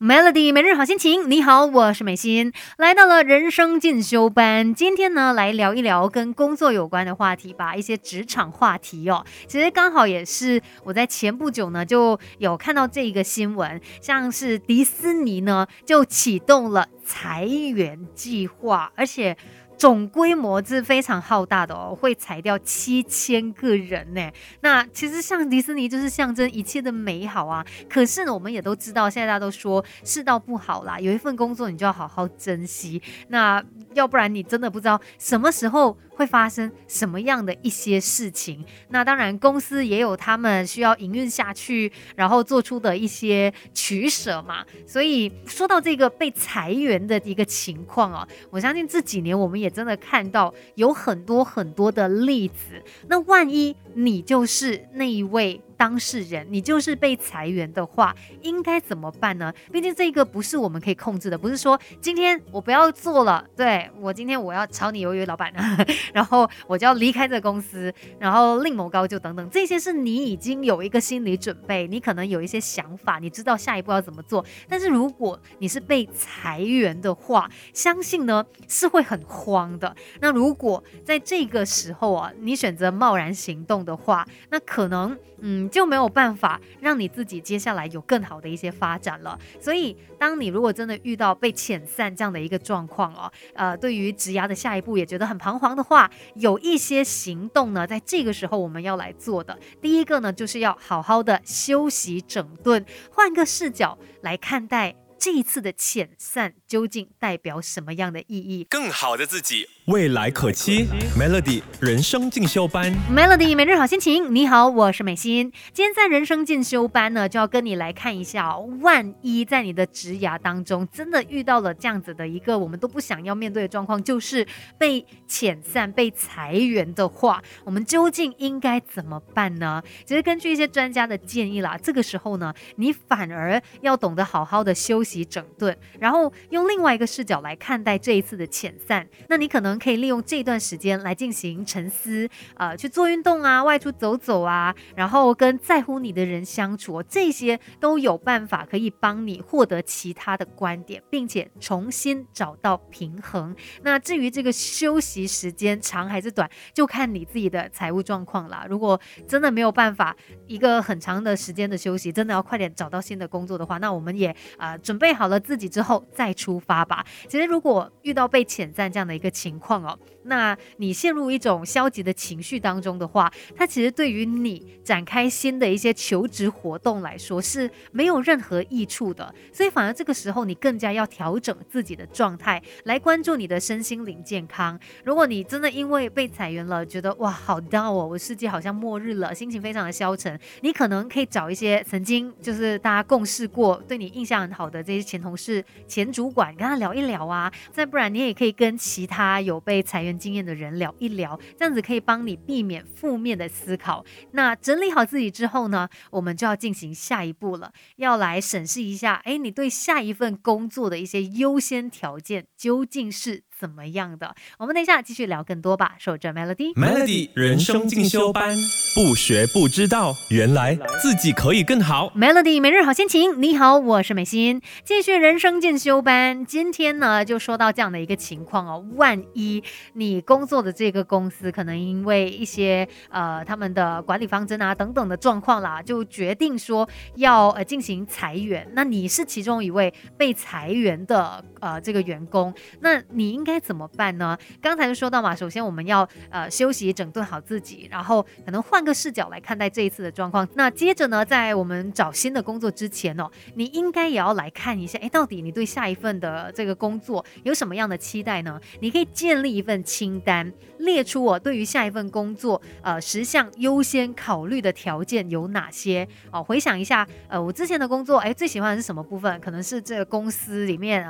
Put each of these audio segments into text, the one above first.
Melody 每日好心情，你好，我是美心，来到了人生进修班。今天呢，来聊一聊跟工作有关的话题吧，一些职场话题哦。其实刚好也是我在前不久呢，就有看到这个新闻，像是迪士尼呢就启动了裁员计划，而且总规模是非常浩大的哦，会裁掉7000个人呢。那其实像迪士尼就是象征一切的美好啊。可是呢，我们也都知道，现在大家都说世道不好啦，有一份工作你就要好好珍惜。那要不然你真的不知道什么时候会发生什么样的一些事情。那当然，公司也有他们需要营运下去，然后做出的一些取舍嘛。所以说到这个被裁员的一个情况啊，我相信这几年我们也真的看到有很多很多的例子。那万一你就是那一位当事人，你就是被裁员的话，应该怎么办呢？毕竟这个不是我们可以控制的，不是说今天我不要做了，对，我今天我要炒你鱿鱼老板然后我就要离开这个公司，然后另谋高就等等，这些是你已经有一个心理准备，你可能有一些想法，你知道下一步要怎么做。但是如果你是被裁员的话，相信呢是会很慌的。那如果在这个时候啊，你选择贸然行动的话，那可能就没有办法让你自己接下来有更好的一些发展了。所以当你如果真的遇到被遣散这样的一个状况哦，对于职涯的下一步也觉得很彷徨的话，有一些行动呢，在这个时候我们要来做的。第一个呢，就是要好好的休息整顿，换个视角来看待这一次的遣散究竟代表什么样的意义？ 更好的自己， 未来可期。Melody 人生进修班 Melody 每日好心情，你好，我是美心。今天在人生进修班呢，就要跟你来看一下万一在你的职涯当中真的遇到了这样子的一个我们都不想要面对的状况，就是被遣散、被裁员的话，我们究竟应该怎么办呢？其实根据一些专家的建议啦，这个时候呢，你反而要懂得好好的休息整顿，然后用另外一个视角来看待这一次的遣散。那你可能可以利用这段时间来进行沉思，去做运动啊，外出走走啊，然后跟在乎你的人相处，这些都有办法可以帮你获得其他的观点，并且重新找到平衡。那至于这个休息时间长还是短，就看你自己的财务状况啦。如果真的没有办法一个很长的时间的休息，真的要快点找到新的工作的话，那我们也准备好了自己之后再出发吧。其实如果遇到被遣散这样的一个情况哦，那你陷入一种消极的情绪当中的话，它其实对于你展开新的一些求职活动来说是没有任何益处的。所以反而这个时候你更加要调整自己的状态，来关注你的身心灵健康。如果你真的因为被裁员了，觉得哇好 down 哦，我世界好像末日了，心情非常的消沉，你可能可以找一些曾经就是大家共事过、对你印象很好的这些前同事、前主管，跟他聊一聊啊。再不然你也可以跟其他有被裁员经验的人聊一聊，这样子可以帮你避免负面的思考。那整理好自己之后呢，我们就要进行下一步了，要来审视一下，你对下一份工作的一些优先条件究竟是怎么样的？我们等一下继续聊更多吧。守着 Melody 人生进修班，不学不知道，原来自己可以更好。 Melody 每日好心情，你好，我是美心，继续人生进修班。今天呢，就说到这样的一个情况哦，万一你工作的这个公司可能因为一些他们的管理方针啊等等的状况啦，就决定说要进行裁员，那你是其中一位被裁员的这个员工，那你应该怎么办呢？刚才就说到嘛，首先我们要休息整顿好自己，然后可能换个视角来看待这一次的状况。那接着呢，在我们找新的工作之前哦，你应该也要来看一下，到底你对下一份的这个工作有什么样的期待呢？你可以建立一份清单，列出我对于下一份工作10项优先考虑的条件有哪些回想一下我之前的工作最喜欢的是什么部分？可能是这个公司里面大家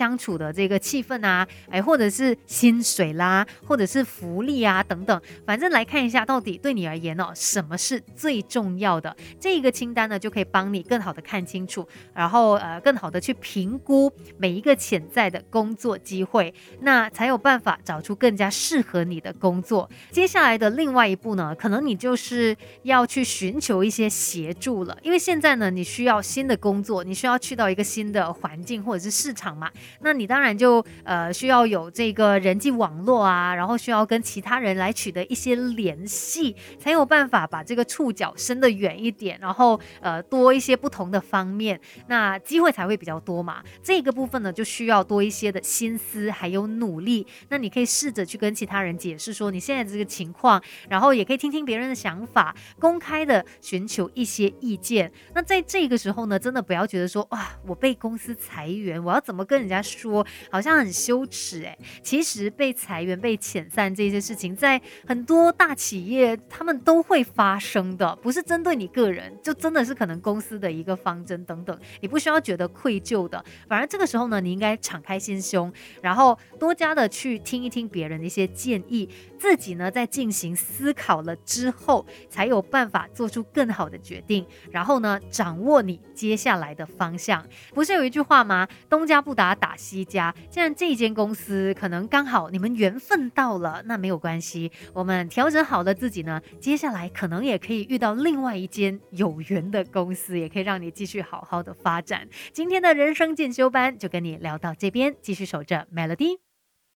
相处的这个气氛啊，或者是薪水啦，或者是福利啊等等，反正来看一下到底对你而言什么是最重要的。这一个清单呢，就可以帮你更好的看清楚，然后更好的去评估每一个潜在的工作机会，那才有办法找出更加适合你的工作。接下来的另外一步呢，可能你就是要去寻求一些协助了，因为现在呢，你需要新的工作，你需要去到一个新的环境或者是市场嘛，那你当然就需要有这个人际网络啊，然后需要跟其他人来取得一些联系，才有办法把这个触角伸得远一点，然后多一些不同的方面，那机会才会比较多嘛。这个部分呢，就需要多一些的心思还有努力。那你可以试着去跟其他人解释说你现在这个情况，然后也可以听听别人的想法，公开的寻求一些意见。那在这个时候呢，真的不要觉得说哇，我被公司裁员，我要怎么跟人家说，好像很羞耻其实被裁员、被遣散这些事情，在很多大企业他们都会发生的，不是针对你个人，就真的是可能公司的一个方针等等，你不需要觉得愧疚的。反而这个时候呢，你应该敞开心胸，然后多加的去听一听别人的一些建议，自己呢在进行思考了之后，才有办法做出更好的决定，然后呢掌握你接下来的方向。不是有一句话吗？东家不打打西家。既然这间公司可能刚好你们缘分到了，那没有关系，我们调整好了自己呢，接下来可能也可以遇到另外一间有缘的公司，也可以让你继续好好的发展。今天的人生进修班就跟你聊到这边，继续守着 Melody。